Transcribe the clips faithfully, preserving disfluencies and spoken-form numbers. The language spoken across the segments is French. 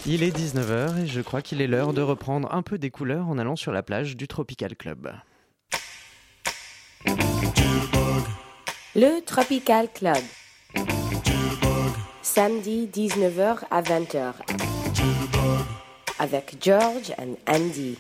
Il est dix-neuf heures et je crois qu'il est l'heure de reprendre un peu des couleurs en allant sur la plage du Tropical Club. Le Tropical Club. Samedi dix-neuf heures à vingt heures. Avec George and Andy.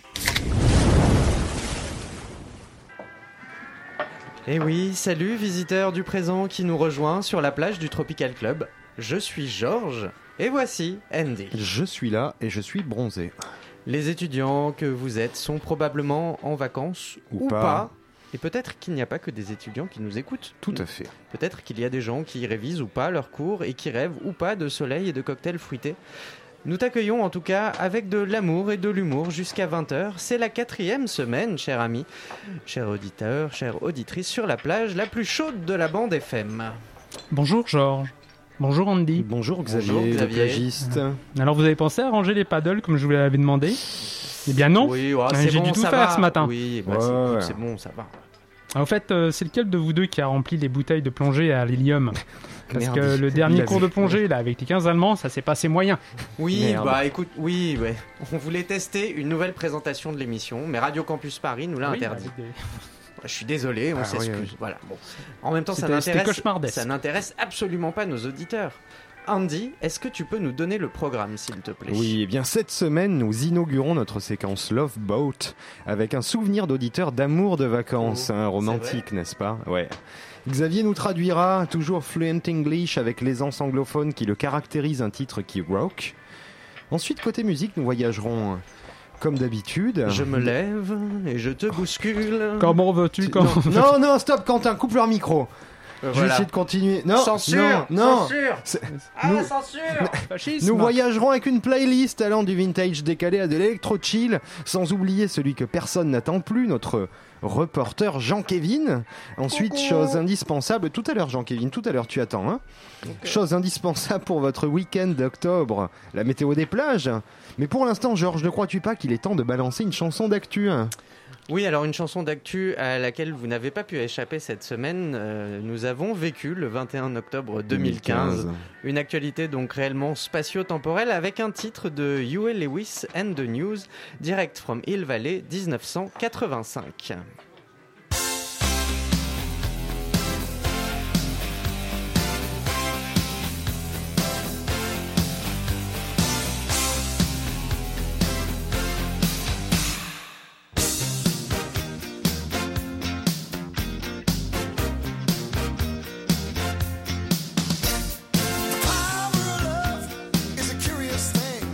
Eh oui, salut visiteurs du présent qui nous rejoint sur la plage du Tropical Club. Je suis George et voici Andy. Je suis là et je suis bronzé. Les étudiants que vous êtes sont probablement en vacances ou, ou pas. pas. Et peut-être qu'il n'y a pas que des étudiants qui nous écoutent. Tout à fait. Peut-être qu'il y a des gens qui révisent ou pas leurs cours et qui rêvent ou pas de soleil et de cocktails fruités. Nous t'accueillons en tout cas avec de l'amour et de l'humour jusqu'à vingt heures. C'est la quatrième semaine, cher ami, chers auditeurs, chères auditrices, sur la plage la plus chaude de la bande F M. Bonjour Georges. Bonjour Andy. Bonjour Xavier, Bonjour, le Xavier. plagiste. Alors vous avez pensé à ranger les paddles comme je vous l'avais demandé ? Eh bien non. Oui, ouais, Euh, c'est j'ai bon, dû tout ça faire va. ce matin. Oui, bah, Ouais, c'est, ouais. écoute, c'est bon, ça va. Alors, en fait, euh, c'est lequel de vous deux qui a rempli les bouteilles de plongée à l'hélium ? Parce Merde, que le il dernier l'a cours vu. de plongée là, avec les quinze Allemands, ça s'est passé moyen. Oui, Merde. bah écoute, oui, ouais. On voulait tester une nouvelle présentation de l'émission, mais Radio Campus Paris nous l'a Oui, interdit. avec des- Je suis désolé, on Ah, s'excuse. oui, oui. Voilà. Bon. En même temps, ça C'était- c'était n'intéresse, cauchemardesque. ça n'intéresse absolument pas nos auditeurs. Andy, est-ce que tu peux nous donner le programme, s'il te plaît ? Oui, eh bien cette semaine, nous inaugurons notre séquence Love Boat avec un souvenir d'auditeur d'amour de vacances, Oh, hein, romantique, n'est-ce pas ? Ouais. Xavier nous traduira, toujours fluent English avec l'aisance anglophone qui le caractérise, un titre qui rock. Ensuite, côté musique, nous voyagerons euh, comme d'habitude. Je me lève et je te bouscule. Comment veux-tu Tu- quand... non, non, non, stop, Quentin, coupe leur micro. Euh, Je vais voilà. essayer de continuer. Non, Censure, non, non. censure. C'est- Ah, nous- censure. Fascisme. Nous voyagerons avec une playlist allant du vintage décalé à de l'électro-chill, sans oublier celui que personne n'attend plus, notre reporter Jean-Kévin. Ensuite, Coucou. chose indispensable, tout à l'heure Jean-Kévin, tout à l'heure tu attends, hein. Chose indispensable pour votre week-end d'octobre, la météo des plages. Mais pour l'instant, Georges, ne crois-tu pas qu'il est temps de balancer une chanson d'actu, hein ? Oui, alors une chanson d'actu à laquelle vous n'avez pas pu échapper cette semaine. Euh, nous avons vécu le vingt et un octobre deux mille quinze. Une actualité donc réellement spatio-temporelle avec un titre de Huey Lewis and the News, direct from Hill Valley dix-neuf cent quatre-vingt-cinq.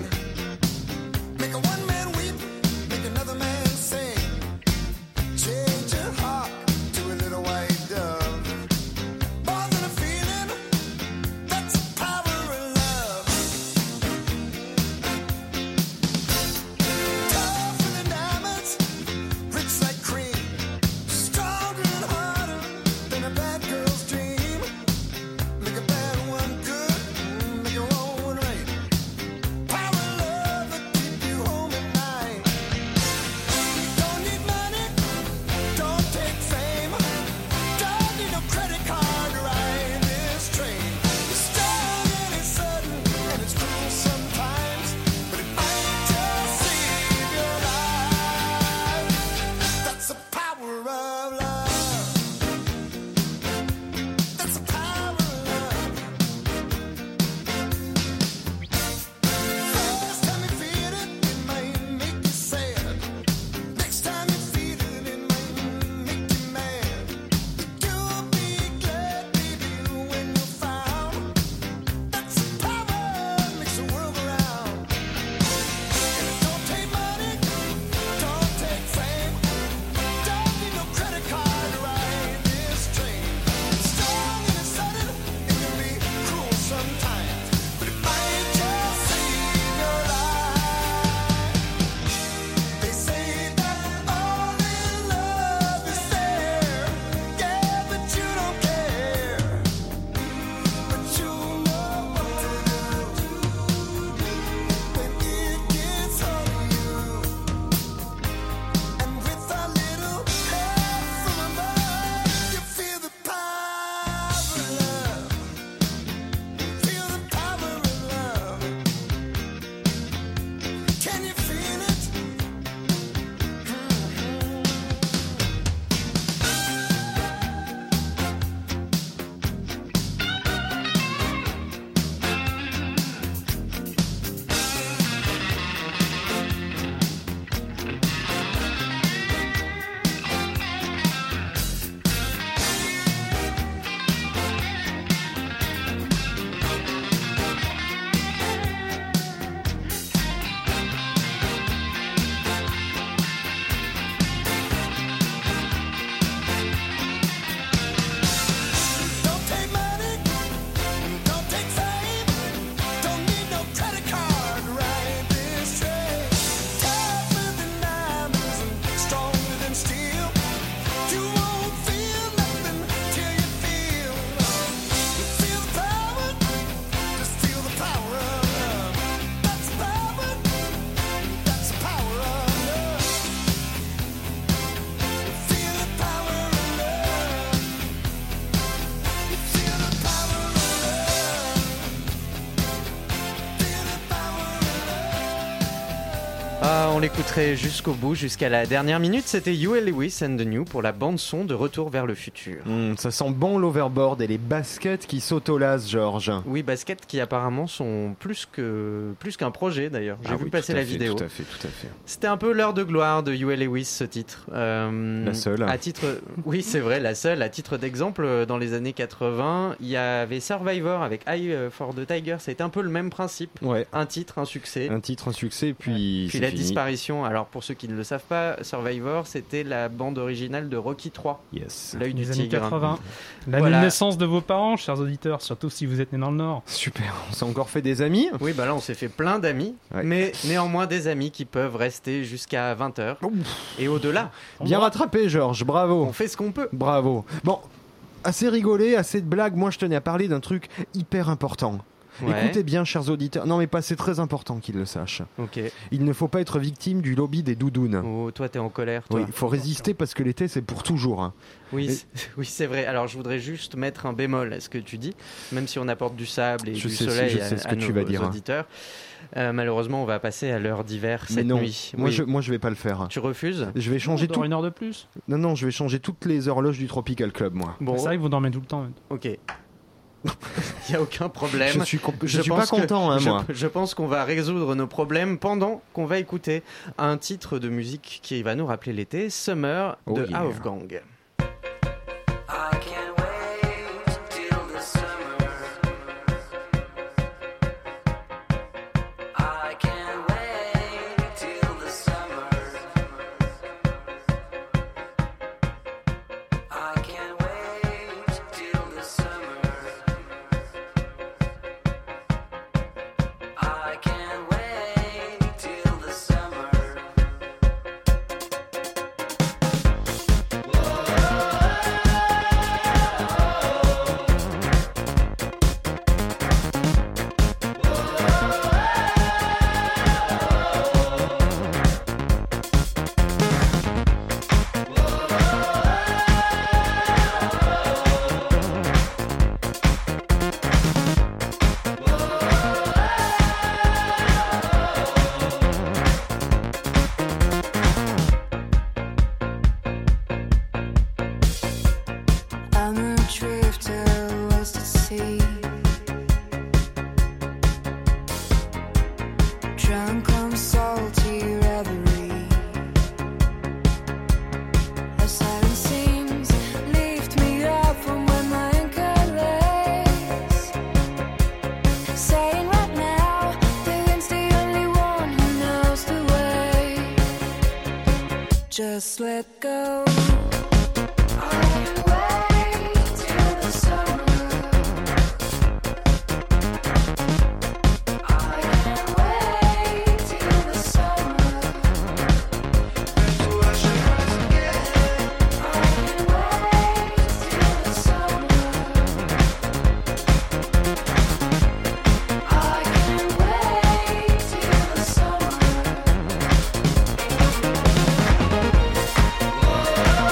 Make a one man weep, make another man sing. Change Ah, on l'écouterait jusqu'au bout, jusqu'à la dernière minute. C'était Huey Lewis and the New pour la bande-son de Retour vers le futur. Mmh, ça sent bon l'overboard et les baskets qui s'autolasent, Georges. Oui, baskets qui apparemment sont plus, que, plus qu'un projet d'ailleurs. J'ai ah vu oui, passer la fait, vidéo. Tout à fait, tout à fait. C'était un peu l'heure de gloire de Huey Lewis, ce titre. Euh, la seule. À titre, oui, c'est vrai, la seule. À titre d'exemple, dans les années quatre-vingts, il y avait Survivor avec Eye for the Tiger. C'était un peu le même principe. Ouais. Un titre, un succès. Un titre, un succès, puis. Ouais. Puis la fini. disparition. Alors pour ceux qui ne le savent pas, Survivor, c'était la bande originale de Rocky trois. Yes. L'œil du les tigre. années quatre-vingts. L'année voilà. de naissance de vos parents, chers auditeurs, surtout si vous êtes nés dans le Nord. Super. On s'est encore fait des amis. Oui, bah là on s'est fait plein d'amis, ouais. mais néanmoins des amis qui peuvent rester jusqu'à vingt heures et au-delà. Bien on rattrapé, Georges. Bravo. On fait ce qu'on peut. Bravo. Bon, assez rigolé, assez de blagues. Moi, je tenais à parler d'un truc hyper important. Ouais. Écoutez bien, chers auditeurs. Non, mais pas, c'est très important qu'ils le sachent. Okay. Il ne faut pas être victime du lobby des doudounes. Oh, toi, t'es en colère, toi. Oui, il faut résister parce que l'été, c'est pour toujours. Hein. Oui, Et... c'est, oui, c'est vrai. Alors, je voudrais juste mettre un bémol à ce que tu dis, même si on apporte du sable et je du sais, soleil je sais à, ce à que nos tu vas dire, auditeurs. Euh, malheureusement, on va passer à l'heure d'hiver cette mais non. nuit. Moi, oui. je, moi, je vais pas le faire. Tu refuses ? Je vais changer oh, tout. Une heure de plus ? Non, non, je vais changer toutes les horloges du Tropical Club, moi. Bon, c'est vrai que vous dormez tout le temps. Même. Ok. Il n'y a aucun problème. Je suis, comp- je je suis pas content, hein, je, moi. Je pense qu'on va résoudre nos problèmes pendant qu'on va écouter un titre de musique qui va nous rappeler l'été, Summer oh de yeah. House Gang. Just let go. Oh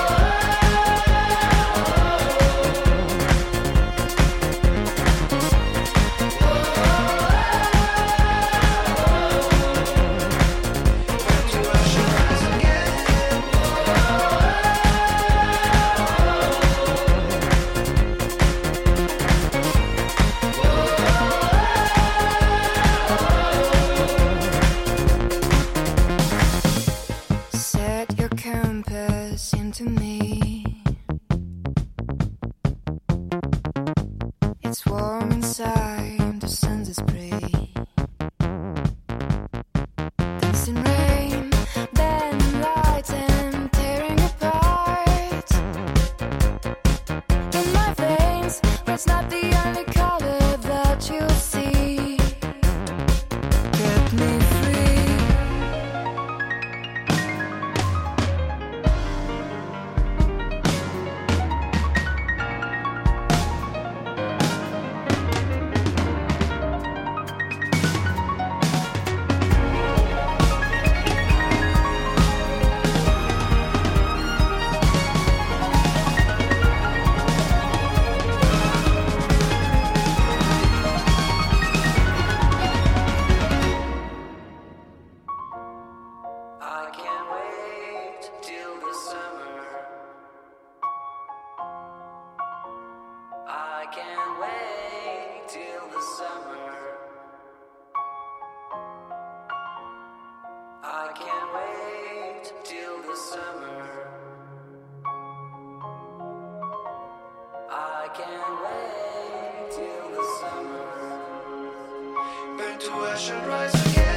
so I should rise again.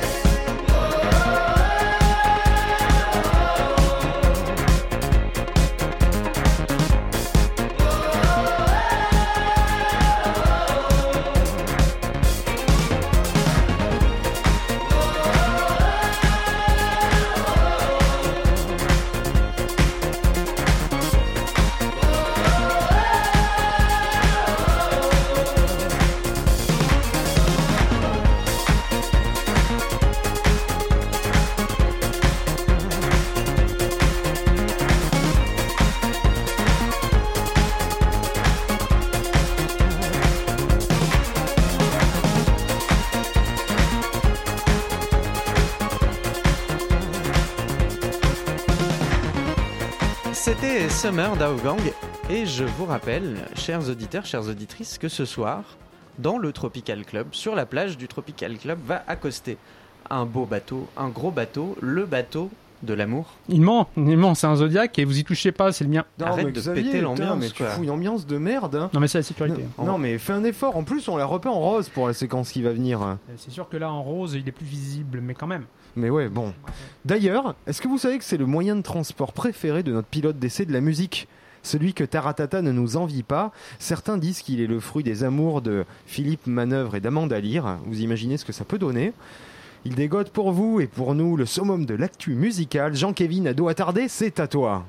C'était Summer d'Aogang et je vous rappelle, chers auditeurs, chères auditrices, que ce soir, dans le Tropical Club, sur la plage du Tropical Club, va accoster un beau bateau, un gros bateau, le bateau de l'amour. Il ment, il ment, c'est un Zodiac et vous y touchez pas, c'est le mien. Non, Arrête mais de Xavier, péter putain, l'ambiance, mais tu quoi. fous une ambiance de merde. Hein. Non mais c'est la sécurité. Non, non, mais fais un effort. En plus, on l'a repeint en rose pour la séquence qui va venir. Euh, C'est sûr que là en rose il est plus visible, mais quand même. Mais ouais, bon. D'ailleurs, est-ce que vous savez que c'est le moyen de transport préféré de notre pilote d'essai de la musique ? Celui que Taratata ne nous envie pas. Certains disent qu'il est le fruit des amours de Philippe Manœuvre et d'Amanda Lear. Vous imaginez ce que ça peut donner ? Il dégote pour vous et pour nous le summum de l'actu musicale. Jean-Kévin à dos attardé, c'est à toi.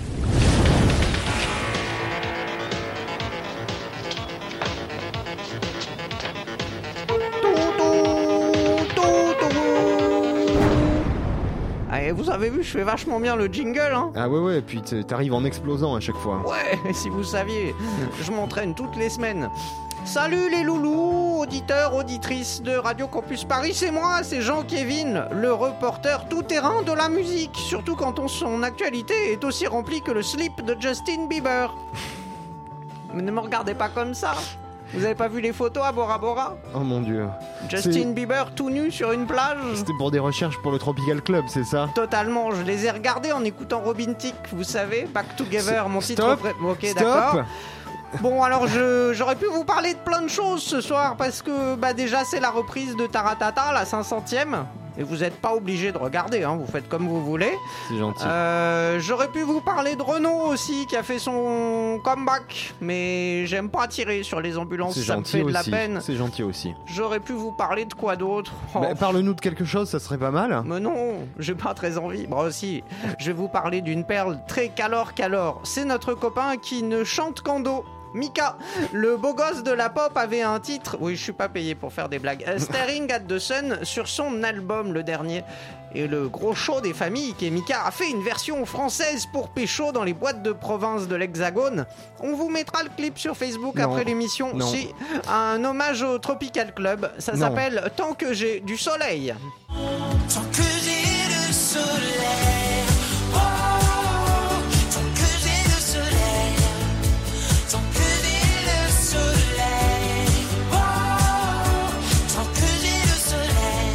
Allez, vous avez vu, je fais vachement bien le jingle, hein. Ah ouais ouais, et puis t- t'arrives en explosant à chaque fois. Ouais, si vous saviez, je m'entraîne toutes les semaines. Salut les loulous, auditeurs, auditrices de Radio Campus Paris, c'est moi, c'est Jean-Kévin, le reporter tout-terrain de la musique, surtout quand on, son actualité est aussi remplie que le slip de Justin Bieber. Mais ne me regardez pas comme ça. Vous avez pas vu les photos à Bora Bora ? Oh mon dieu. Justin C'est- Bieber tout nu sur une plage ? C'était pour des recherches pour le Tropical Club, c'est ça ? Totalement, je les ai regardés en écoutant Robin Thicke, vous savez, Back Together, mon titre Stop. préféré. Ok, Stop. d'accord. Bon, alors je, j'aurais pu vous parler de plein de choses ce soir parce que bah déjà c'est la reprise de Taratata, la cinq centième. Et vous n'êtes pas obligé de regarder, hein, vous faites comme vous voulez. C'est gentil. Euh, j'aurais pu vous parler de Renault aussi qui a fait son comeback, mais j'aime pas tirer sur les ambulances, C'est ça me gentil fait de la aussi. peine. C'est gentil aussi. J'aurais pu vous parler de quoi d'autre ? Oh, Bah, parle-nous de quelque chose, ça serait pas mal. mais non, j'ai pas très envie. Moi aussi, je vais vous parler d'une perle très calor calor. C'est notre copain qui ne chante qu'en do. Mika, le beau gosse de la pop, avait un titre. Oui, je suis pas payé pour faire des blagues. euh, Staring at the Sun sur son album, le dernier. Et le gros show des familles, qui est Mika, a fait une version française pour pécho dans les boîtes de province de l'Hexagone. On vous mettra le clip sur Facebook Non. après l'émission. Non. Si, un hommage au Tropical Club. Ça Non. s'appelle Tant que j'ai du soleil. Tant que j'ai le soleil, oh, tant que j'ai le soleil, tant que j'ai le soleil, oh, tant que j'ai le soleil,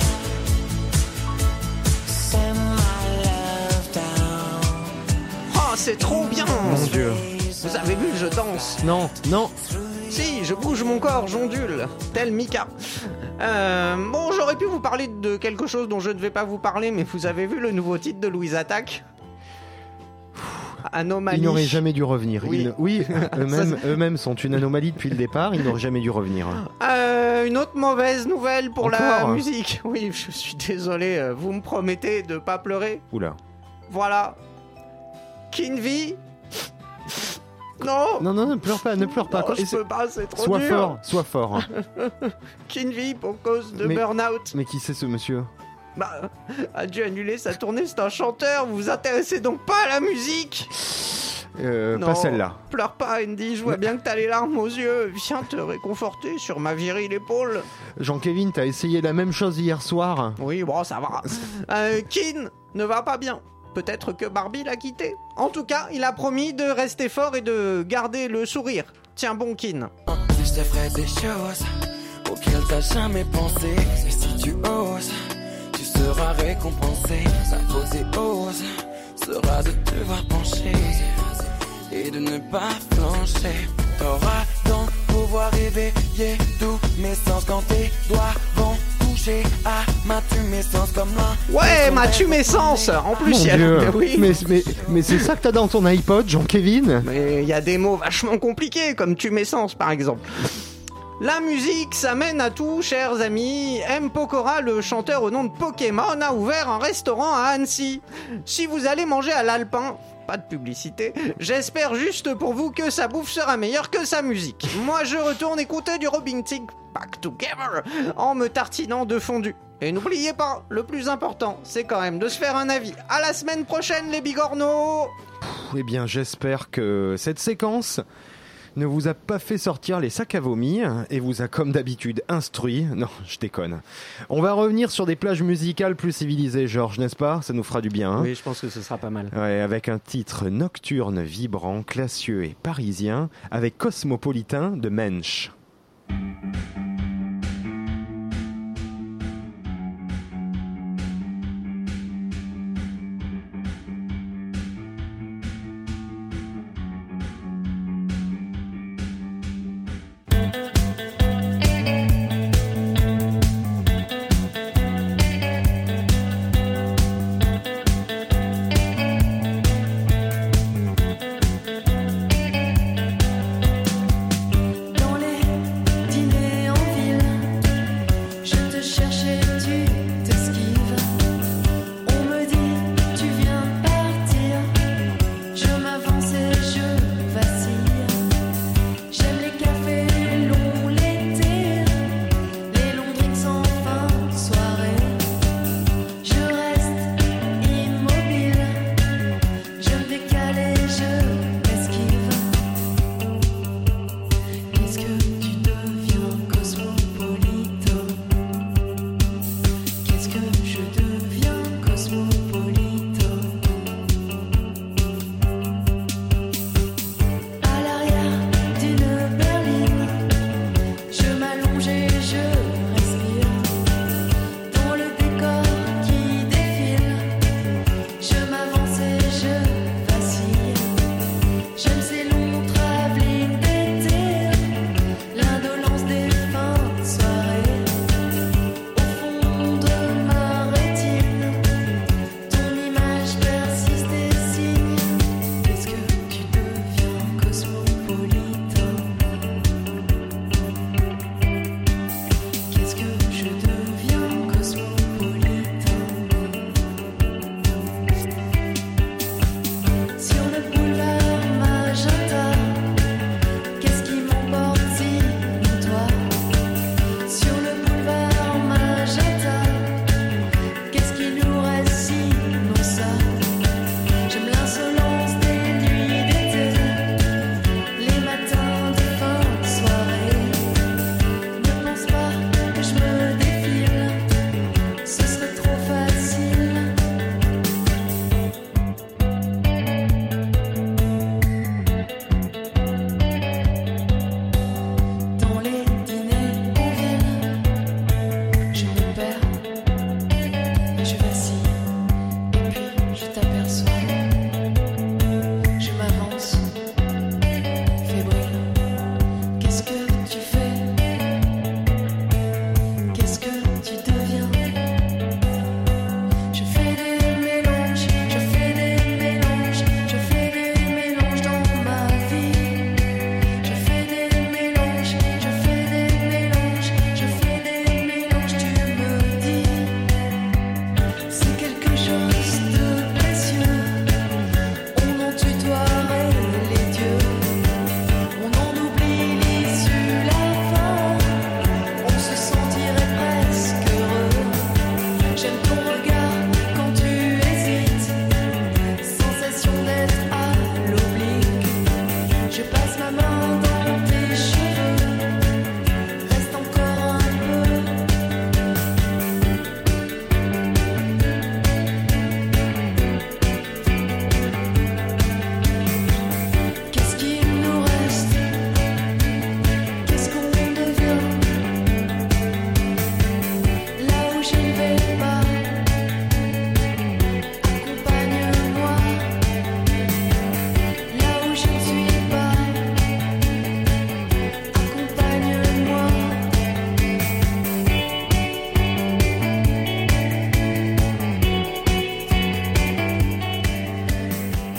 send my love down. Oh, c'est trop bien. Mon Dieu. Vous avez vu, je danse. Non, non. Si, je bouge mon corps, j'ondule, tel Mika. Euh, bon, j'aurais pu vous parler de quelque chose dont je ne vais pas vous parler, mais vous avez vu le nouveau titre de Louise Attaque ? Anomalie. Ils n'auraient jamais dû revenir. Oui. Ils ne- oui, eux-mêmes, Ça, c'est- eux-mêmes sont une anomalie depuis le départ. Ils n'auraient jamais dû revenir. Euh, une autre mauvaise nouvelle pour la Encore musique. Oui, je suis désolé, euh, vous me promettez de pas pleurer ? Oula. Voilà. Kinvi. Non, Non, non, ne pleure pas, ne pleure pas. non, je Essaie- peux pas, c'est trop Sois dur. fort, sois fort. Kinvi pour cause de Mais- burn-out. Mais qui c'est ce monsieur ? Bah, a dû annuler sa tournée, c'est un chanteur, vous vous intéressez donc pas à la musique ? euh, Non, Pas celle-là. Pleure pas, Andy, je vois bien que t'as les larmes aux yeux. Viens te réconforter sur ma virile épaule. Jean-Kévin, t'as essayé la même chose hier soir. Oui, bon, ça va. Euh, Kin ne va pas bien. Peut-être que Barbie l'a quitté. En tout cas, il a promis de rester fort et de garder le sourire. Tiens bon, Kin. Si je te ferais des choses auxquelles t'as jamais pensé, et si tu oses, tu seras récompensé. Sa faute ose sera de te voir pencher et de ne pas flancher. T'auras donc pouvoir éveiller tous mes sens quand tes doigts vont toucher touché à ma tumescence comme là. Ouais, ma tumescence. En plus, Mon il y a... Dieu. Oui. mais, mais, mais c'est ça que t'as dans ton iPod, Jean-Kévin? Mais il y a des mots vachement compliqués, comme tumescence par exemple. La musique, ça mène à tout, chers amis. M. Pokora, le chanteur au nom de Pokémon, a ouvert un restaurant à Annecy. Si vous allez manger à l'Alpin, pas de publicité, j'espère juste pour vous que sa bouffe sera meilleure que sa musique. Moi, je retourne écouter du Robin Thicke Back Together en me tartinant de fondu. Et n'oubliez pas, le plus important, c'est quand même de se faire un avis. À la semaine prochaine, les bigorneaux. Eh bien, j'espère que cette séquence ne vous a pas fait sortir les sacs à vomir et vous a comme d'habitude instruit. Non, je déconne. On va revenir sur des plages musicales plus civilisées, Georges, n'est-ce pas? Ça nous fera du bien. Hein, oui, je pense que ce sera pas mal. ouais, avec un titre nocturne, vibrant, classieux et parisien, avec Cosmopolitain de Mensch. Dans les dîners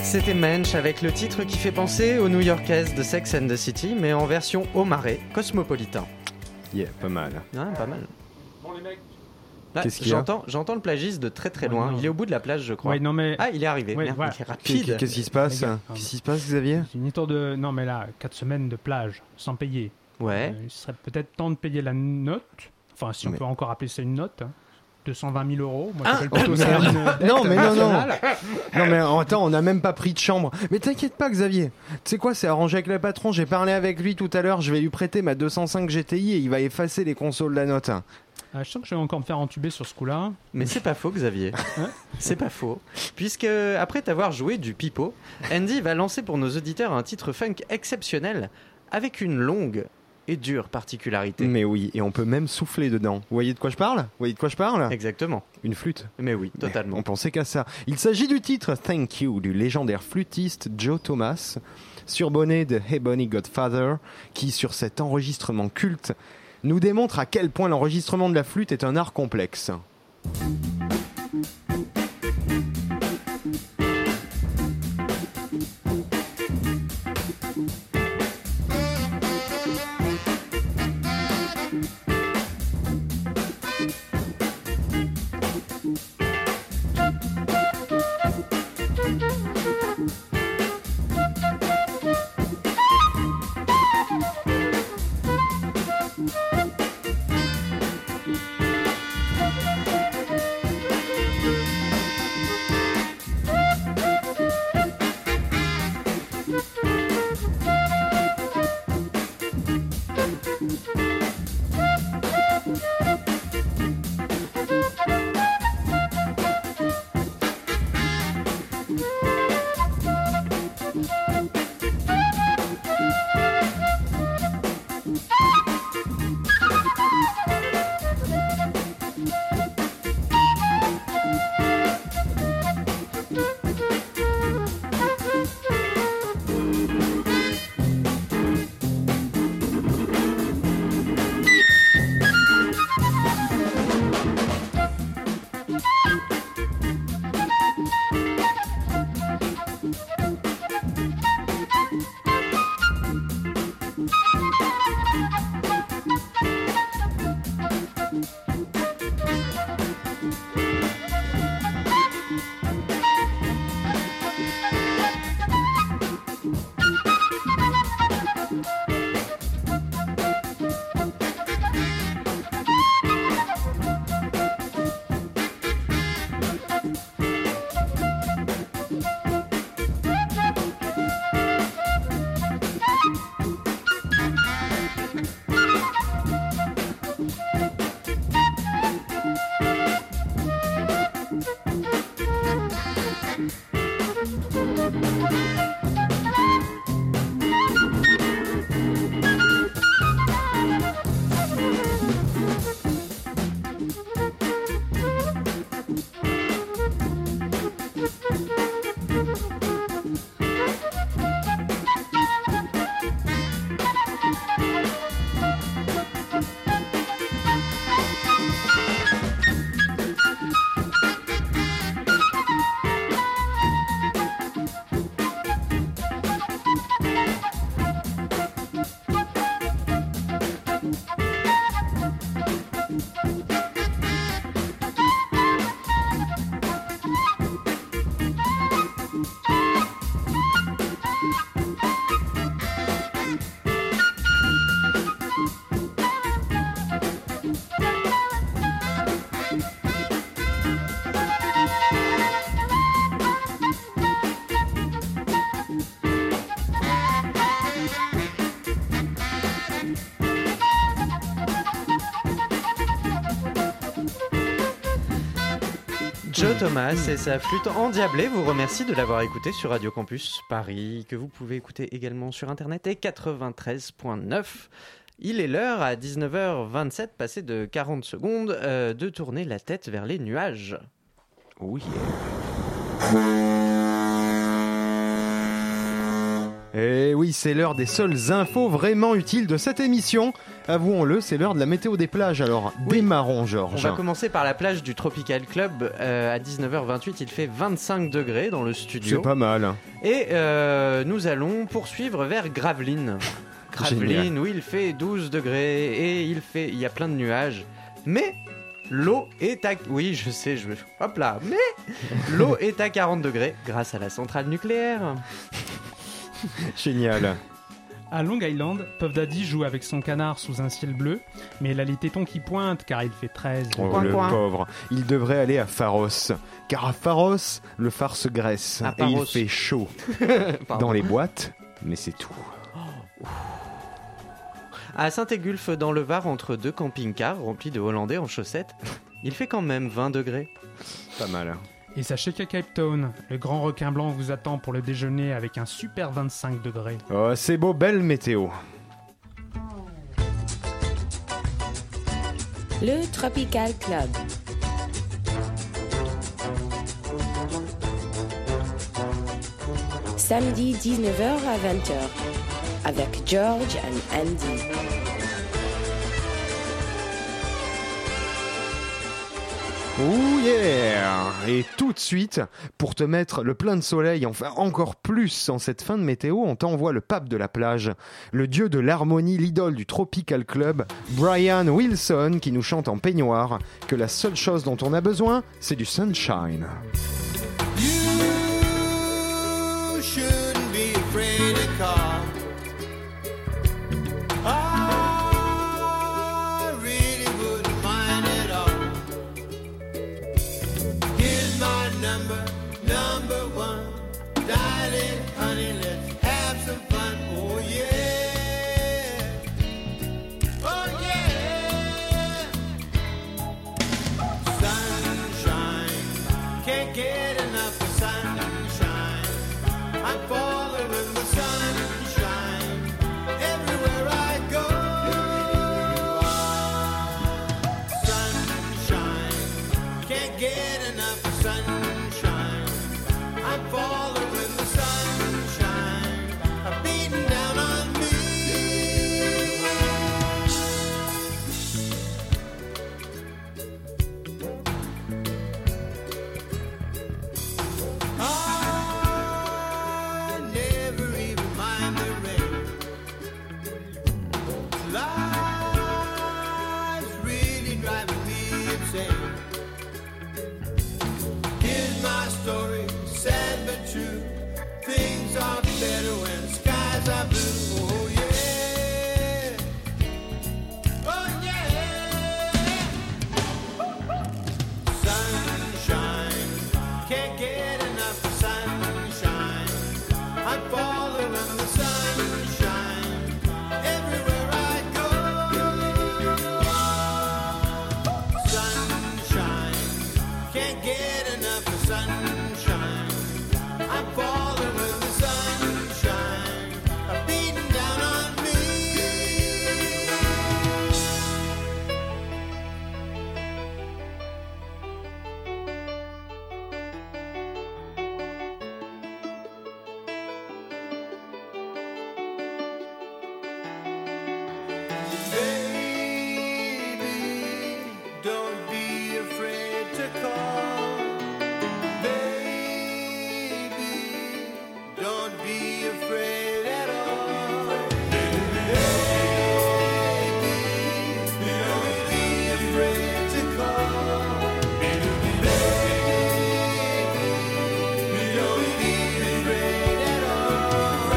C'était Mensch avec le titre qui fait penser aux New-Yorkaises de Sex and the City, mais en version au marais, cosmopolitain. Yeah, pas mal. Ouais, pas mal. Bon, les mecs. Là, Qu'est-ce qu'il y a j'entends, j'entends le plagiste de très très Ouais, loin. non. Il est au bout de la plage, je crois. Ouais, non, mais. Ah, il est arrivé. Ouais, Merde, voilà. il est rapide. Qu'est-ce qui se passe Les gars, Qu'est-ce qui se passe, Xavier? C'est une histoire de. Non, mais là, quatre semaines de plage, sans payer. Ouais. Euh, il serait peut-être temps de payer la note. Enfin, si on Mais- peut encore appeler ça une note. hein. deux cent vingt mille euros. Moi, Ah, j'appelle plutôt oh, ça merde. une dette Non, mais non, non. nationale. Non mais attends, on n'a même pas pris de chambre. Mais t'inquiète pas, Xavier. Tu sais quoi, c'est arrangé avec le patron. J'ai parlé avec lui tout à l'heure. Je vais lui prêter ma deux cent cinq G T I et il va effacer les consoles de la note. Ah, je sens que je vais encore me faire entuber sur ce coup-là. Mais c'est pas faux, Xavier. Hein C'est pas faux. Puisque, après t'avoir joué du pipeau, Andy va lancer pour nos auditeurs un titre funk exceptionnel avec une longue et dure particularité. Mais oui, et on peut même souffler dedans. Vous voyez de quoi je parle Vous voyez de quoi je parle Exactement. Une flûte. Mais oui, totalement. On pensait qu'à ça. Il s'agit du titre Thank You du légendaire flûtiste Joe Thomas, surbonné de Ebony Godfather, qui sur cet enregistrement culte nous démontre à quel point l'enregistrement de la flûte est un art complexe. Joe Thomas et sa flûte endiablée vous remercie de l'avoir écouté sur Radio Campus Paris, que vous pouvez écouter également sur internet et quatre-vingt-treize point neuf. Il est l'heure, à dix-neuf heures vingt-sept, passé de quarante secondes, euh, de tourner la tête vers les nuages. Oui. Et oui, c'est l'heure des seules infos vraiment utiles de cette émission. avouons-le, c'est l'heure de la météo des plages. Alors, Oui. démarrons, On Georges. va commencer par la plage du Tropical Club. Euh, à dix-neuf heures vingt-huit, il fait vingt-cinq degrés dans le studio. C'est pas mal. Et euh, nous allons poursuivre vers Gravelines. Gravelines, Génial. où il fait douze degrés et il, fait, il y a plein de nuages. Mais l'eau est à... Oui, je sais, je... Hop là. Mais l'eau est à quarante degrés grâce à la centrale nucléaire. Génial. À Long Island, Puff Daddy joue avec son canard sous un ciel bleu, mais il a les tétons qui pointent car il fait treize. Oh, Coin, le coin. pauvre. Il devrait aller à Pharos. Car à Pharos, le phare se graisse. À Et il Pharos. fait chaud. Pardon. Dans les boîtes, mais c'est tout. À Saint-Égulphe, dans le Var, entre deux camping-cars remplis de Hollandais en chaussettes, il fait quand même vingt degrés. Pas mal. Et sachez qu'à Cape Town, le grand requin blanc vous attend pour le déjeuner avec un super vingt-cinq degrés. Oh, c'est beau, belle météo. Le Tropical Club. Samedi dix-neuf heures à vingt heures avec George and Andy. Oh yeah! Et tout de suite, pour te mettre le plein de soleil, enfin encore plus en cette fin de météo, on t'envoie le pape de la plage, le dieu de l'harmonie, l'idole du Tropical Club, Brian Wilson, qui nous chante en peignoir que la seule chose dont on a besoin, c'est du sunshine. You shouldn't be afraid to call. I really wouldn't mind at all. Here's my number, number one. Darling, honey, let's have some fun. Oh yeah. Oh yeah. Sunshine, can't get enough of sunshine. I'm falling in the sunshine everywhere I go. Sunshine, can't get enough of sunshine. I'm falling in the sunshine, beating down on me. I never even mind the rain. Life's really driving me insane. Here's my story, sad but true. Things are better when skies are blue. Oh yeah. Oh yeah. Sunshine, can't get enough of sunshine. I'm falling in the sunshine everywhere I go. Sunshine, can't get enough of sunshine. I'm falling in the sunshine, beating down on me. Baby, don't be afraid to call. Baby, don't be afraid at all. Baby, don't be afraid to call. Baby, don't be afraid at all.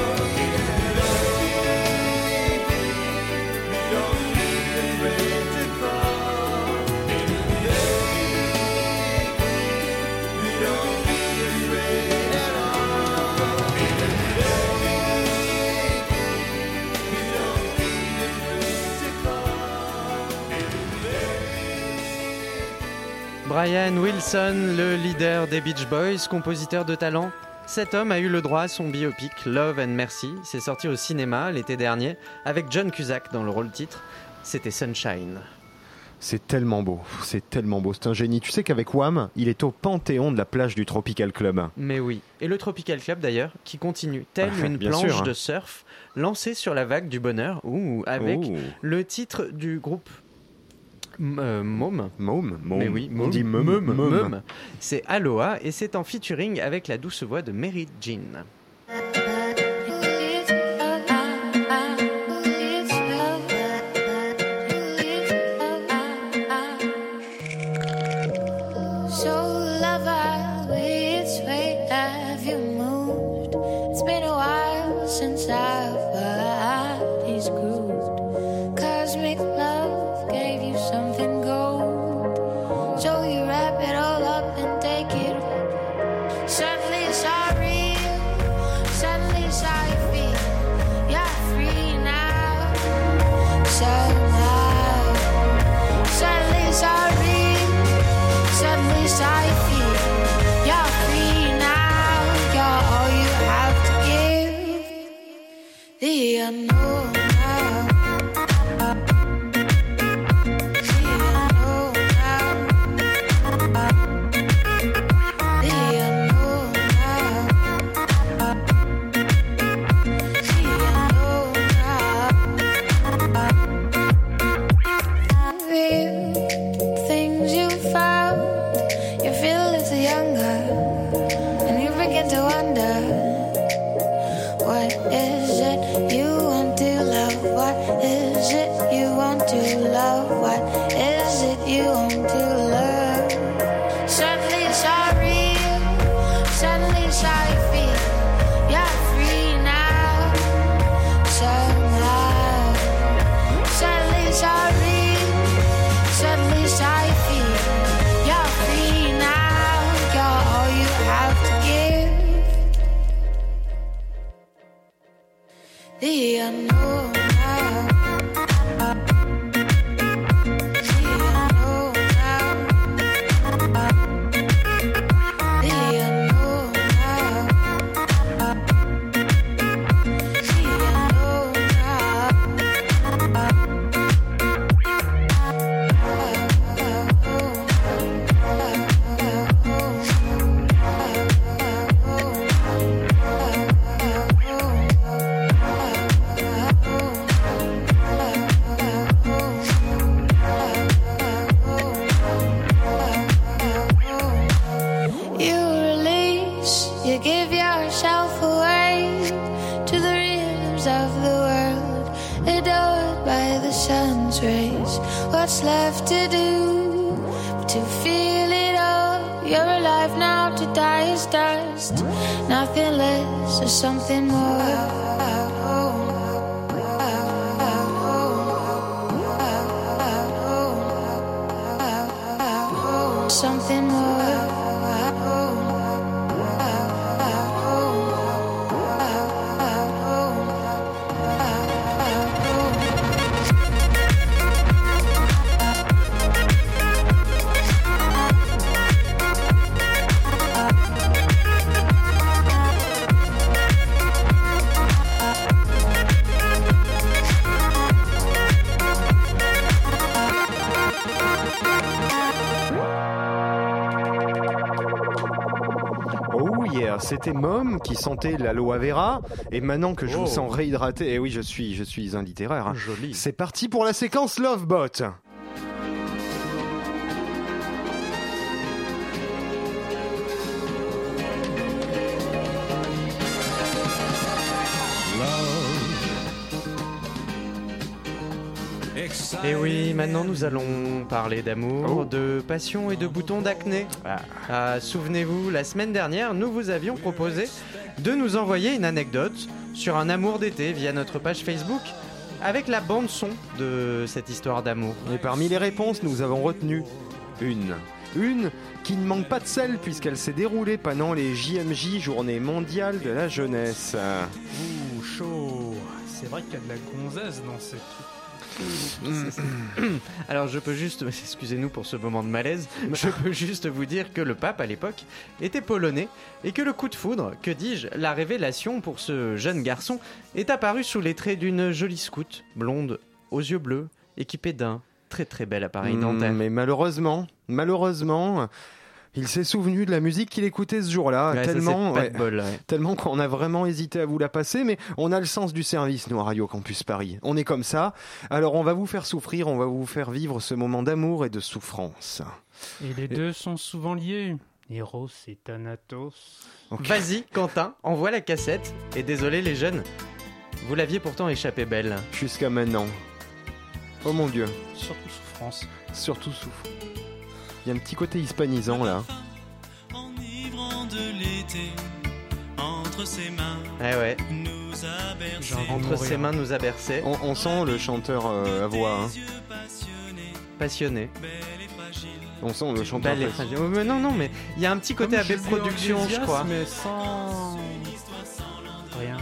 Don't be afraid to call. Baby, don't be afraid at all. Baby, don't be afraid to call. Brian Wilson, le leader des Beach Boys, compositeur de talent. Cet homme a eu le droit à son biopic Love and Mercy. C'est sorti au cinéma l'été dernier avec John Cusack dans le rôle titre. C'était Sunshine. C'est tellement beau, c'est tellement beau, c'est un génie. Tu sais qu'avec Wham, il est au panthéon de la plage du Tropical Club. Mais oui, et le Tropical Club d'ailleurs, qui continue, telle Ah, une bien planche sûr, hein. de surf, lancée sur la vague du bonheur, ou avec Ouh. le titre du groupe M- euh, Môme. Môme, môme. Mais oui, on dit môme, Môme, môme. Môme. C'est Aloha, et c'est en featuring avec la douce voix de Mary Jean. So lover, which way have you moved? It's been a while since our bodies grooved. Cosmic love gave you something gold. So you wrap it all up and take it. Suddenly it's all real. Suddenly it's how you feel. You're free now. Somehow. Suddenly it's all real. Suddenly it's how you feel. You're free now. You're all you have to give. The unknown now. The unknown now. The unknown now. The unknown now. Real things you found. You feel a little younger, and you begin to wonder, what is it you want to love? What is it you want to love? What is it you want to love? Suddenly it's all real. Suddenly it's how you feel. You're free now. Somehow. Suddenly it's all real. Suddenly it's how you feel. You're free now. You're all you have to give. The unknown now. The unknown now. The unknown now. The unknown You release, you give yourself away to the rhythms of the world, adored by the sun's rays. What's left to do but to feel it all? You're alive now, to die is dust. Nothing less or something more. Something more. Oh yeah, c'était Mom qui sentait l'aloe vera. Et maintenant que je Oh. vous sens réhydraté, et oui, je suis, je suis un littéraire. hein. Joli. C'est parti pour la séquence Lovebot. Et oui, maintenant nous allons parler d'amour, Oh. de passion et de boutons d'acné. Ah, souvenez-vous, la semaine dernière, nous vous avions proposé de nous envoyer une anecdote sur un amour d'été via notre page Facebook avec la bande-son de cette histoire d'amour. Et parmi les réponses, nous avons retenu une. Une qui ne manque pas de sel puisqu'elle s'est déroulée pendant les J M J, Journée mondiale de la jeunesse. Ouh, chaud. C'est vrai qu'il y a de la gonzesse dans ces trucs. Alors je peux juste, excusez-nous pour ce moment de malaise, je peux juste vous dire que le pape à l'époque était polonais et que le coup de foudre, que dis-je, la révélation pour ce jeune garçon est apparu sous les traits d'une jolie scout, blonde, aux yeux bleus, équipée d'un très très bel appareil Mmh, dentaire. mais malheureusement, malheureusement, il s'est souvenu de la musique qu'il écoutait ce jour-là, Ouais, ça, tellement, c'est pas ouais, de bol, ouais. tellement qu'on a vraiment hésité à vous la passer, mais on a le sens du service, nous, à Radio Campus Paris. On est comme ça, alors on va vous faire souffrir, on va vous faire vivre ce moment d'amour et de souffrance. Et les deux sont souvent liés. Eros et Thanatos. Ok. Vas-y, Quentin, envoie la cassette. Et désolé les jeunes, vous l'aviez pourtant échappé belle. Jusqu'à maintenant. Oh mon Dieu, Surtout souffrance. surtout souffre. Il y a un petit côté hispanisant là. Enivrant de l'été, entre ses mains, Ouais, ouais. nous a bercé. Genre, Entre mourir. ses mains nous a bercés. On, on sent le chanteur euh, à voix, hein. Yeux passionnés, Passionnés. belle et fragile. On sent le chanteur. Belle et passionné. fragile. Mais non, non, mais il y a un petit côté Comme A B José Productions, je Iglesias, crois. Mais sans... Rien.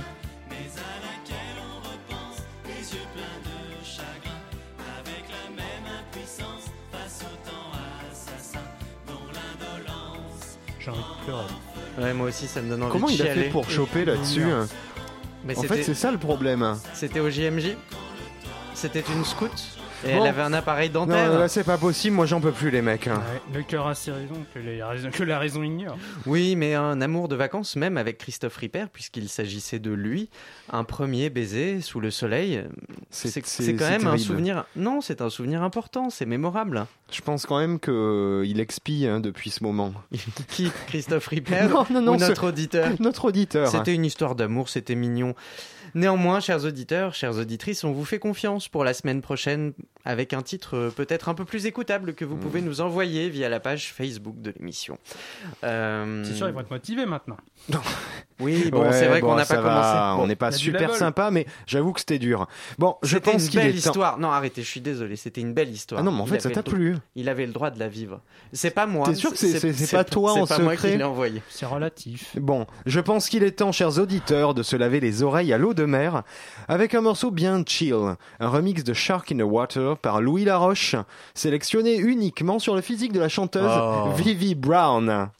J'ai envie de pleurer. Ouais, moi aussi, ça me donne envie Comment de il a chialer. fait pour choper là-dessus Merde. hein Mais En c'était- fait, c'est ça le problème. C'était au J M J. C'était une scout. Et Bon. elle avait un appareil Non, dentaire. là, c'est pas possible. Moi, j'en peux plus, les mecs. hein. Ouais, le cœur a ses raisons que, les raisons- que la raison ignore. Oui, mais un amour de vacances, même avec Christophe Ripper, puisqu'il s'agissait de lui. Un premier baiser sous le soleil. C'est- C'est c'est- c'est quand c'est même un terrible. souvenir. Non, c'est un souvenir important, c'est mémorable. Je pense quand même qu'il expie hein, depuis ce moment. Qui Christophe Ripper Non, non, non, ou ce- notre auditeur Notre auditeur. C'était une histoire d'amour, c'était mignon. Néanmoins, chers auditeurs, chères auditrices, on vous fait confiance pour la semaine prochaine avec un titre euh, peut-être un peu plus écoutable que vous Mm. pouvez nous envoyer via la page Facebook de l'émission. Euh, C'est sûr, ils vont être motivés maintenant. Oui, bon, Ouais, c'est vrai bon, qu'on n'a pas ça va, commencé. On Bon, n'est pas il y a du super label. sympa, mais j'avoue que c'était dur. Bon, je C'était pense une qu'il belle est temps. histoire. Non, arrêtez, je suis désolé, c'était une belle histoire. Ah non, mais en Il fait, ça avait t'a le- plu. Il avait le droit de la vivre. C'est pas moi. T'es sûr que c'est- c'est- c'est pas toi en C'est pas moi secret qui l'ai envoyé. C'est relatif. Bon, je pense qu'il est temps, chers auditeurs, de se laver les oreilles à l'eau de mer avec un morceau bien chill, un remix de Shark in the Water par Louis Laroche, sélectionné uniquement sur le physique de la chanteuse Oh. Vivi Brown.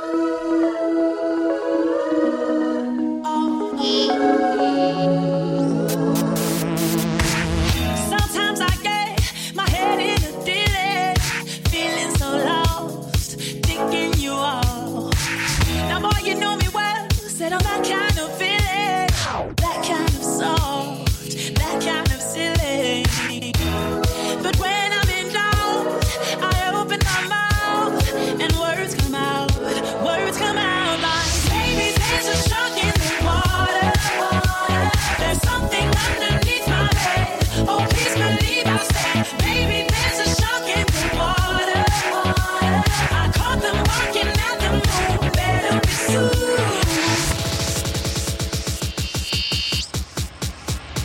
Sometimes I get my head in a dilly, feeling so lost, thinking you are. Now, boy, you know me well, said I'm that kind of feeling, that kind of soft, that kind of silly. But when I'm in doubt, I open my mouth and words come out, words come out like, baby, there's a shark in the water. There's something underneath my head. Oh, please believe I said, baby, there's a shark in the water. I caught them barking at the moon. Better be soon.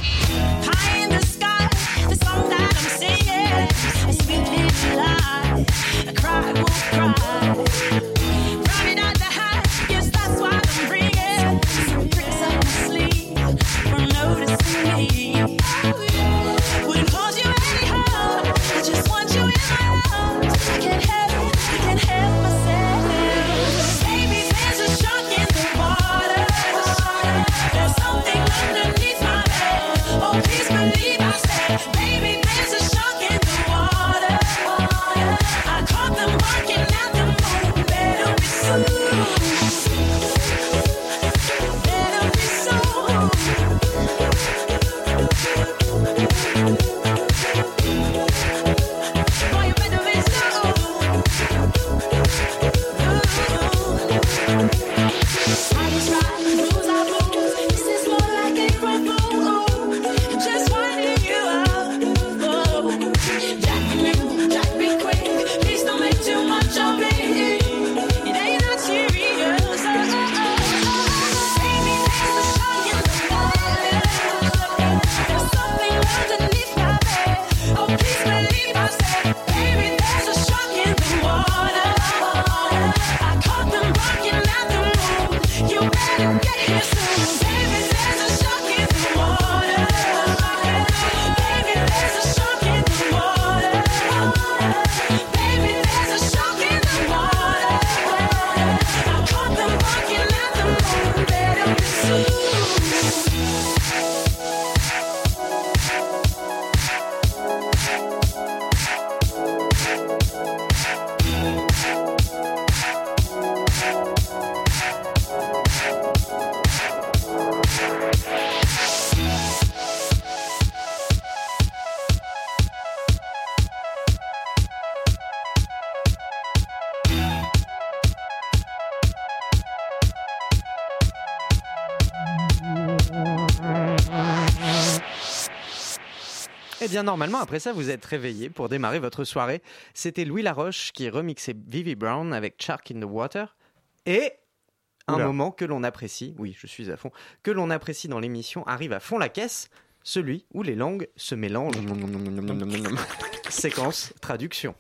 bien normalement, après ça, vous êtes réveillé pour démarrer votre soirée. C'était Louis Laroche qui remixait Vivi Brown avec Shark in the Water. Et un Oula. moment que l'on apprécie, oui, je suis à fond, que l'on apprécie dans l'émission arrive à fond la caisse, celui où les langues se mélangent. Séquence traduction.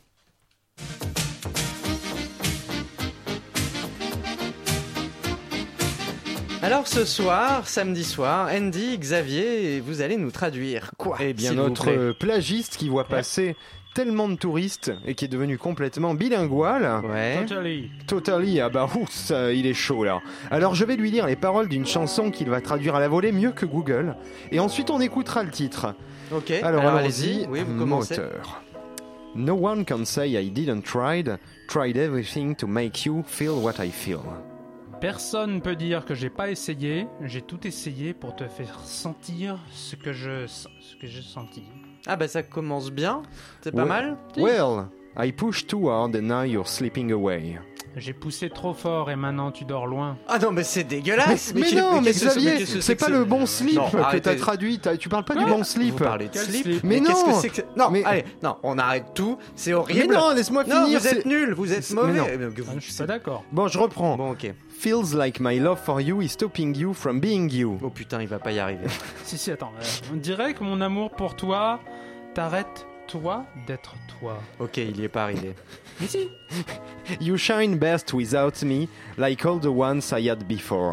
Alors ce soir, samedi soir, Andy, Xavier, vous allez nous traduire quoi? Eh bien, s'il vous notre plaît euh, plagiste qui voit passer tellement de touristes et qui est devenu complètement bilingual. Ouais. Totally. Totally, ah bah ouf, ça, il est chaud là. Alors je vais lui lire les paroles d'une chanson qu'il va traduire à la volée mieux que Google. Et ensuite on écoutera le titre. Ok. Alors, Alors allons-y, allez-y. Oui, vous commencez. moteur. No one can say I didn't tried, tried everything to make you feel what I feel. Personne peut dire que j'ai pas essayé. J'ai tout essayé pour te faire sentir ce que je, ce que j'ai senti. Ah bah ça commence bien. C'est pas Ouais. mal. Well, I pushed too hard and now you're slipping away. J'ai poussé trop fort et maintenant tu dors loin. Ah non mais c'est dégueulasse. Mais, qui- non, mais qu'est-ce que Xavier, qu'est-ce que c'est que pas ce- le bon slip Non, que arrêtez. t'as traduit. T'as- tu parles pas Quoi du bon slip. Vous parlez de Quel slip. slip Mais qu'est-ce non. que c'est que... Non, Mais- allez, non, on arrête tout. C'est Mais horrible. non, laisse-moi Non, finir. vous êtes c'est- nuls, vous êtes c'est- mauvais. mais non. Euh, que vous- Ah, je suis pas d'accord. Bon, je reprends. Bon, ok. Feels like my love for you is stopping you from being you. Oh putain, il va pas y arriver. Si, si, attends. euh, on dirait que mon amour pour toi t'arrête, toi, d'être toi. Ok, il y est pas arrivé. Mais si. You shine best without me, like all the ones I had before.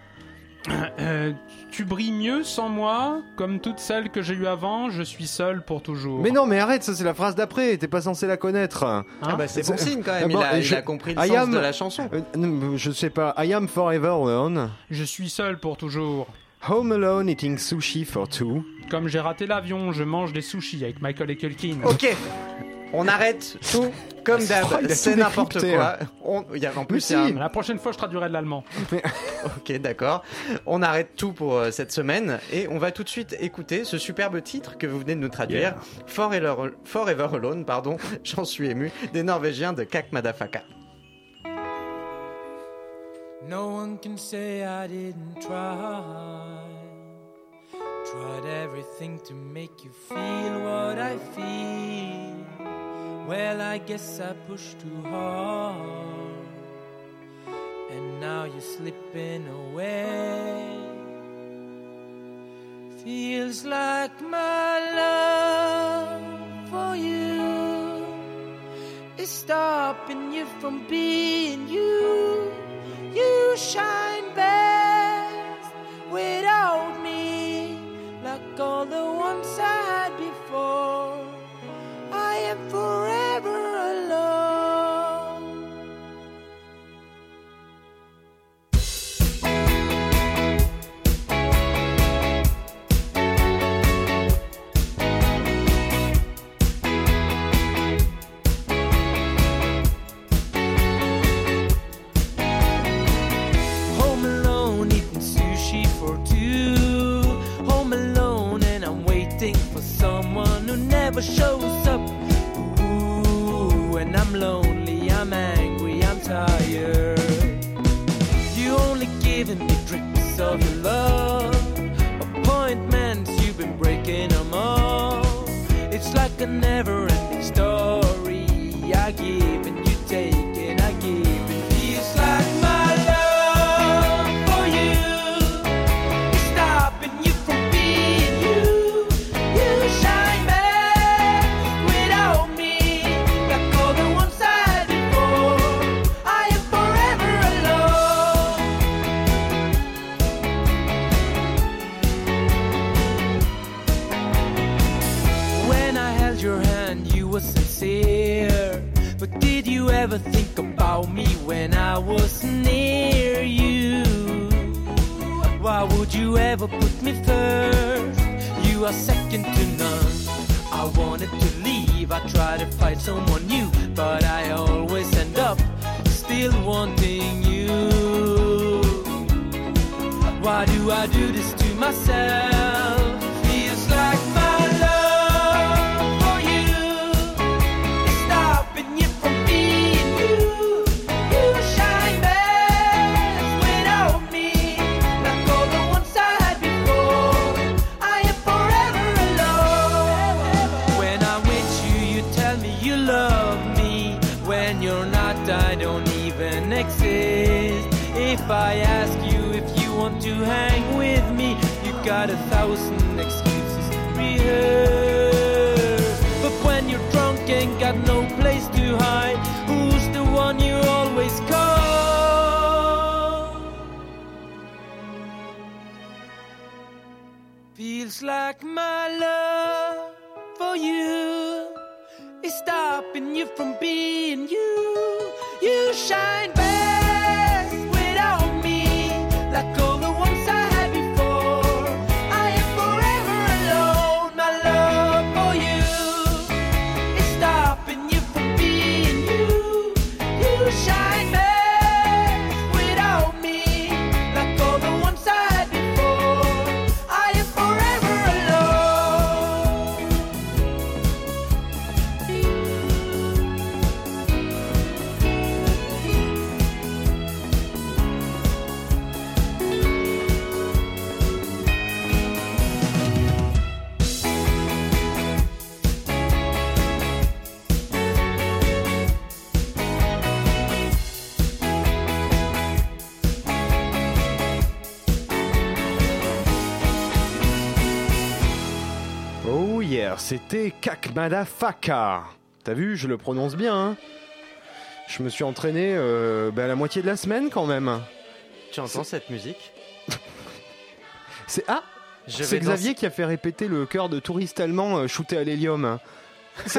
Euh, tu brilles mieux sans moi, comme toutes celles que j'ai eues avant, je suis seul pour toujours. Mais non, mais arrête, ça c'est la phrase d'après. T'es pas censé la connaître. Hein Ah bah c'est bon C'est- signe quand Ah même. bon, il, a, et il je- a compris le I sens am- de la chanson. Euh, non, je sais pas. I am forever alone. Je suis seul pour toujours. Home alone eating sushi for two. Comme j'ai raté l'avion, je mange des sushis avec Michael et Culkin. Ok. On arrête tout comme Oh, d'hab. il a C'est tout n'importe décrypté, quoi. On, il y a, en plus, Mais il y a si. un- La prochaine fois, je traduirai de l'allemand. Ok, d'accord. On arrête tout pour euh, cette semaine et on va tout de suite écouter ce superbe titre que vous venez de nous traduire. Yeah. Forever, Forever Alone, pardon, j'en suis ému, des Norvégiens de Kak Madafaka. No one can say I didn't try. Tried everything to make you feel what I feel. Well, I guess I pushed too hard. And now you're slipping away. Feels like my love for you is stopping you from being you. You shine best without me, like all the ones I had before. I am forever alone. Home alone eating sushi for two. Home alone and I'm waiting for someone who never shows up. Ooh, and I'm lonely, I'm angry, I'm tired. You only giving me drips of your love. Appointments, you've been breaking them all. It's like a never-ending story. I give and you take and I give. It feels like my love for you is stopping you from being you. You shine best without me, like all the ones I had before. I am forever alone. When I held your hand, you were sincere. But did you ever think about me when I was near you? Why would you ever put me first? You are second to none. I wanted to leave, I tried to find someone new, but I always end up still wanting you. Why do I do this to myself? Feels like my love for you is stopping you from being you. You shine best without me, like all the ones I had before. I am forever alone. if I ask you if you want to hang with me, you got a thousand excuses to rehearse. But when you're drunk and got no place to hide, who's the one you always call? Feels like my love for you is stopping you from being you. You shine best without me, like all the ones I had before. I am forever alone. My love for you is stopping you from being you. You shine best without me, like all the ones I had before. I am forever alone. Oh yeah, c'était Kakmadafaka. T'as vu, je le prononce bien. Hein, je me suis entraîné euh, bah, à la moitié de la semaine quand même. Tu entends cette musique? C'est ah, Je c'est vais Xavier danser- qui a fait répéter le chœur de touristes allemands euh, shooté à l'hélium. C'est-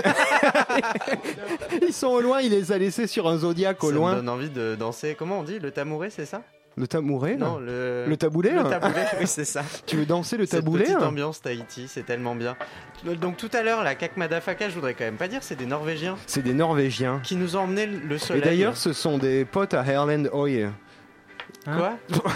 Ils sont au loin, il les a laissés sur un Zodiac au Ça me loin. donne envie de danser. Comment on dit? Le tamouré, c'est ça? Le tabouret là Non, le... Le taboulet Le là taboulet, oui, c'est ça. Tu veux danser le Cette taboulet petite là ambiance Tahiti, c'est tellement bien. Donc tout à l'heure, la Kakmadafaka, je voudrais quand même pas dire, c'est des Norvégiens C'est des Norvégiens. qui nous ont emmené le Et soleil. d'ailleurs, ce sont des potes à Herland Oy. Quoi?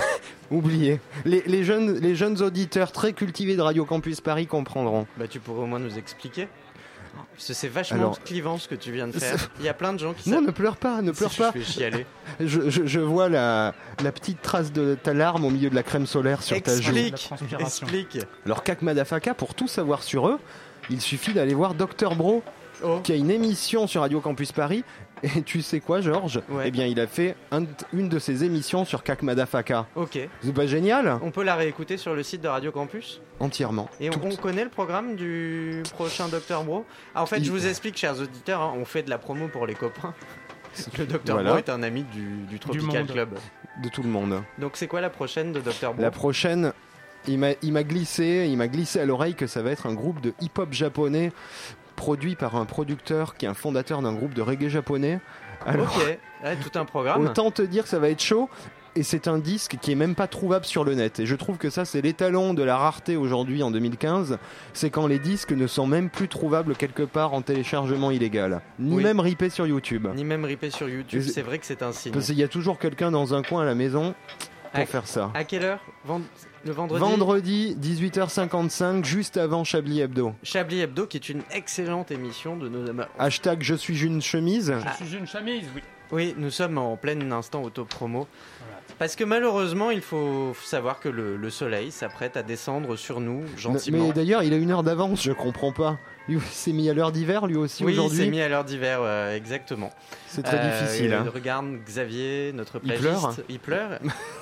Oubliez. Les, les, jeunes, les jeunes auditeurs très cultivés de Radio Campus Paris comprendront. Bah tu pourrais au moins nous expliquer. Parce que c'est vachement Alors- clivant ce que tu viens de faire. Il y a plein de gens qui Non, savent- ne pleure pas, ne Si, pleure je pas. fais chialer. Je, je- je vois la, la petite trace de ta larme au milieu de la crème solaire sur ta joue. La Explique, transpiration. explique. Alors, Kakmadafaka, pour tout savoir sur eux, il suffit d'aller voir Docteur Bro, Oh, qui a une émission sur Radio Campus Paris. Et tu sais quoi, Georges? Ouais. Eh bien, il a fait un- une de ses émissions sur Kakmadafaka. ok. C'est pas génial? On peut la réécouter sur le site de Radio Campus. Entièrement. Et on, Tout- on connaît le programme du prochain Docteur Bro. Ah, en fait, Il- je vous explique, chers auditeurs, hein, on fait de la promo pour les copains. Le Docteur Voilà. Bro est un ami du, du Tropical monde. Club. de tout le monde. Donc c'est quoi la prochaine de Docteur Bro? La prochaine, il m'a il m'a glissé, il m'a glissé à l'oreille que ça va être un groupe de hip-hop japonais produit par un producteur qui est un fondateur d'un groupe de reggae japonais. Alors, Ok, ouais, tout un programme. autant te dire que ça va être chaud. Et c'est un disque qui est même pas trouvable sur le net. Et je trouve que ça, c'est l'étalon de la rareté aujourd'hui en deux mille quinze. C'est quand les disques ne sont même plus trouvables quelque part en téléchargement illégal. Ni Oui. même ripés sur YouTube. Ni même ripé sur YouTube, Et- c'est vrai que c'est un signe. Parce qu'il y a toujours quelqu'un dans un coin à la maison pour À- faire ça. À quelle heure? Vend- Le vendredi. Vendredi, dix-huit heures cinquante-cinq, juste avant Chablis Hebdo. Chablis Hebdo, qui est une excellente émission de nos amis. Hashtag je suis une chemise. Je suis une chemise, oui. Oui, nous sommes en plein instant auto-promo. Voilà. Parce que malheureusement, il faut savoir que le, le soleil s'apprête à descendre sur nous gentiment. Mais d'ailleurs, il a une heure d'avance, je comprends pas. Il s'est mis à l'heure d'hiver lui aussi oui, il s'est aujourd'hui. mis à l'heure d'hiver, euh, exactement. C'est très Euh, difficile. et hein. Regarde Xavier, notre Il plagiste. pleure Il pleure.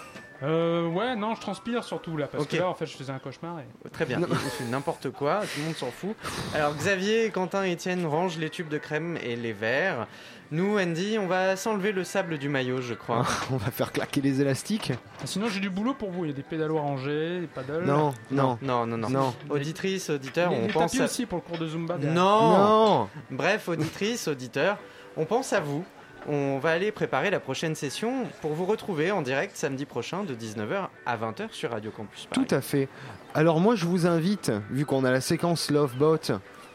Euh, ouais, non, je transpire surtout là, parce Ok. que là, en fait, je faisais un cauchemar. Et... Très bien, il fait n'importe quoi, tout le monde s'en fout. Alors Xavier, Quentin et Étienne rangent les tubes de crème et les verres. Nous, Andy, on va s'enlever le sable du maillot, je crois. On va faire claquer les élastiques. Ah, sinon, j'ai du boulot pour vous. Il y a des pédalos rangés, des paddles. Non, non, Non, non, non. non. Auditrice, auditeur, Les, on les pense tapis à... aussi pour le cours de Zumba. derrière. Non. Non. Bref, auditrice, auditeur, on pense à vous. On va aller préparer la prochaine session pour vous retrouver en direct samedi prochain de dix-neuf heures à vingt heures sur Radio Campus Paris. Tout à fait. Alors moi, je vous invite, vu qu'on a la séquence Lovebot,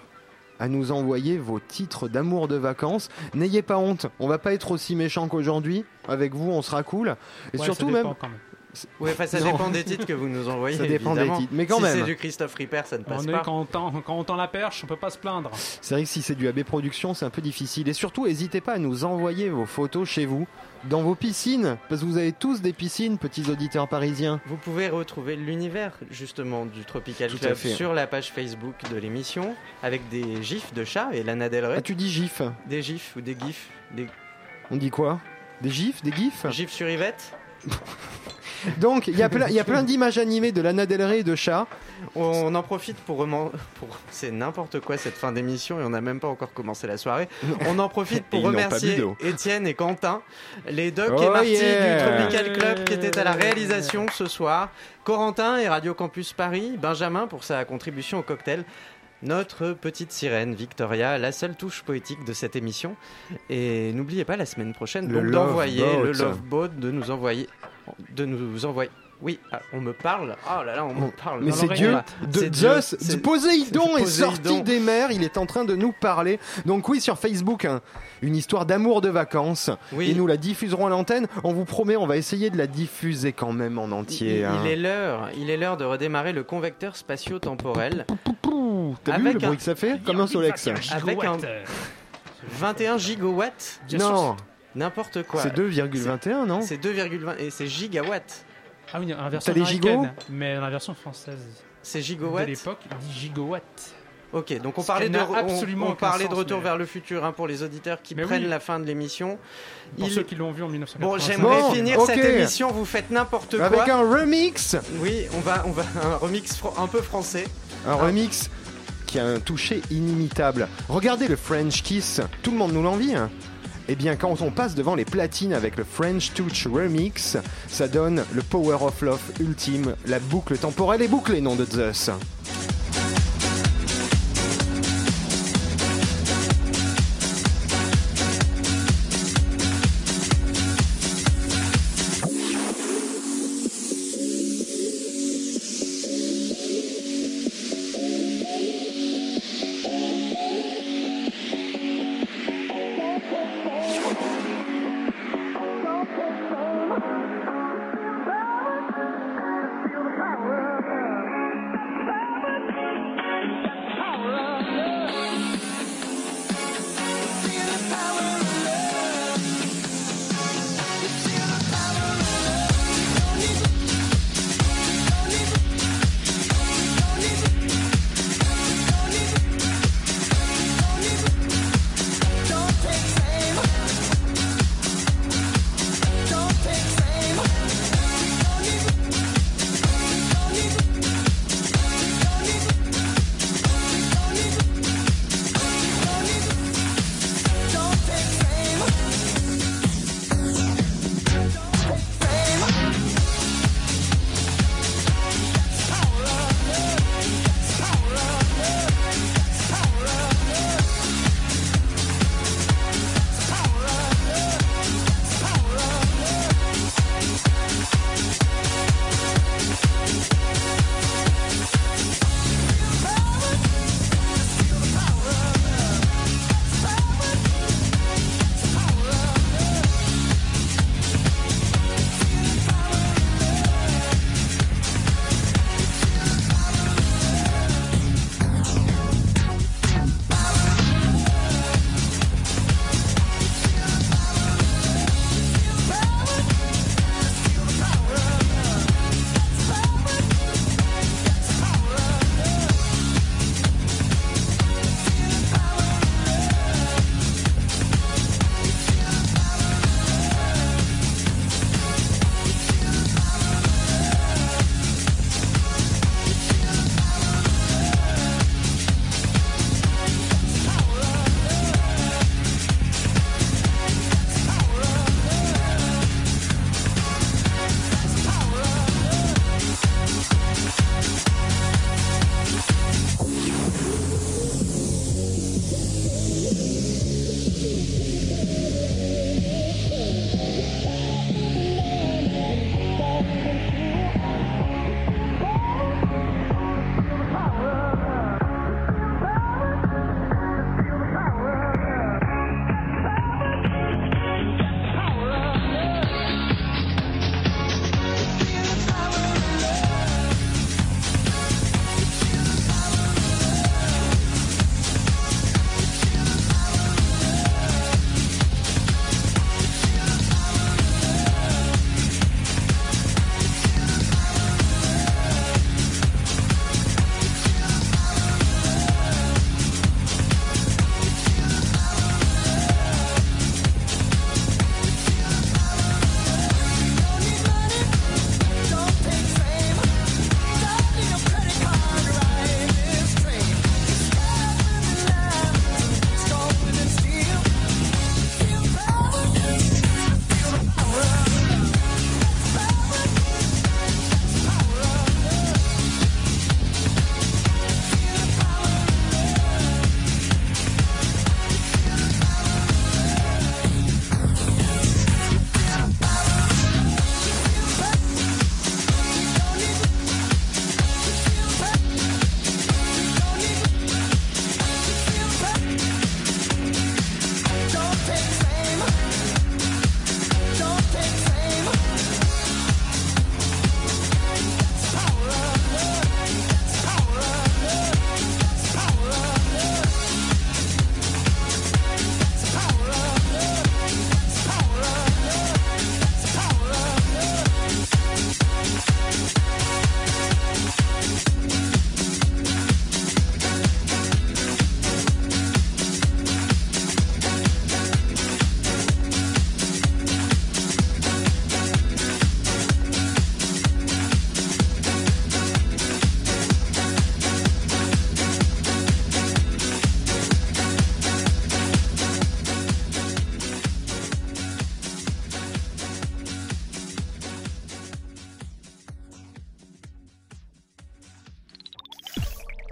à nous envoyer vos titres d'amour de vacances. N'ayez pas honte, on va pas être aussi méchant qu'aujourd'hui. Avec vous, on sera cool. Et Ouais, surtout ça même, dépend quand même. Oui, enfin, ça Non. dépend des titres que vous nous envoyez. Ça dépend des évidemment. titres, mais quand si même. c'est du Christophe Ripper, ça ne passe On est, pas. quand, on tend, quand on tend la perche, on peut pas se plaindre. c'est vrai que si c'est du A B Productions, c'est un peu difficile. Et surtout, n'hésitez pas à nous envoyer vos photos chez vous, dans vos piscines, parce que vous avez tous des piscines, petits auditeurs parisiens. Vous pouvez retrouver l'univers justement du Tropical Tout à Club fait. sur la page Facebook de l'émission avec des gifs de chats et Lana Del Rey. Ah, tu dis gif. Des gifs ou des gifs. Des On dit quoi? Des gifs? Des gifs? gifs sur Yvette. Donc, il y a plein, il y a plein d'images animées de Lana Del Rey et de chats. On en profite pour, remen- pour... C'est n'importe quoi cette fin d'émission et on n'a même pas encore commencé la soirée. On en profite pour Et ils n'ont pas remercier bu d'eau. Étienne et Quentin, les Doc Oh et Marty yeah. du Tropical Club qui étaient à la réalisation ce soir, Corentin et Radio Campus Paris, Benjamin pour sa contribution au cocktail, notre petite sirène Victoria, la seule touche poétique de cette émission. Et n'oubliez pas la semaine prochaine Le donc Love d'envoyer Boat. le Love Boat, de nous envoyer, de nous envoyer. Oui, ah, on me parle. Oh là là, on me parle. Mais Dans c'est l'oreille, Dieu, là. de C'est Dieu, Zeus, c'est- Poséidon est Poséidon. sorti des mers, il est en train de nous parler. Donc oui, sur Facebook, hein, une histoire d'amour de vacances. Oui. Et nous la diffuserons à l'antenne. On vous promet, on va essayer de la diffuser quand même en Il, entier. hein. il est l'heure, il est l'heure de redémarrer le convecteur spatio-temporel Pouh, T'as vu avec le un- bruit que ça fait? Comme un Solex. avec un vingt et un gigawatts, Non, n'importe quoi. c'est deux virgule vingt et un, non? C'est deux virgule vingt et c'est gigawatts. Ah oui, en version T'as des gigots américaine, mais dans la version française C'est de gigawatts. l'époque, il dit gigawatts. Ok, donc on Ce parlait qui de n'a on- absolument on, aucun parlait de sens, retour mais- vers le futur hein, pour les auditeurs qui Mais prennent oui. la fin de l'émission. Pour Il- ceux qui l'ont vu en mille neuf cent quatre-vingt-cinq. Bon, j'aimerais Bon, finir ok. cette émission. Vous faites n'importe quoi. Avec un remix, Oui, on va, on va un remix fr- un peu français. un remix qui a un toucher inimitable. Regardez le French Kiss, tout le monde nous l'envie. Hein. Eh bien, quand on passe devant les platines avec le French Touch Remix, ça donne le Power of Love ultime. La boucle temporelle est bouclée, nom de Zeus. Feel the power.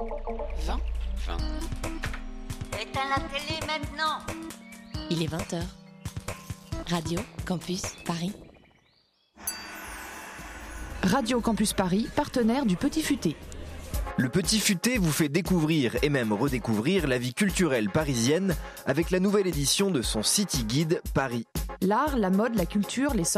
vingt. vingt. Éteins la télé maintenant. Il est vingt heures. Radio Campus Paris. Radio Campus Paris, partenaire du Petit Futé. Le Petit Futé vous fait découvrir et même redécouvrir la vie culturelle parisienne avec la nouvelle édition de son City Guide Paris. L'art, la mode, la culture, les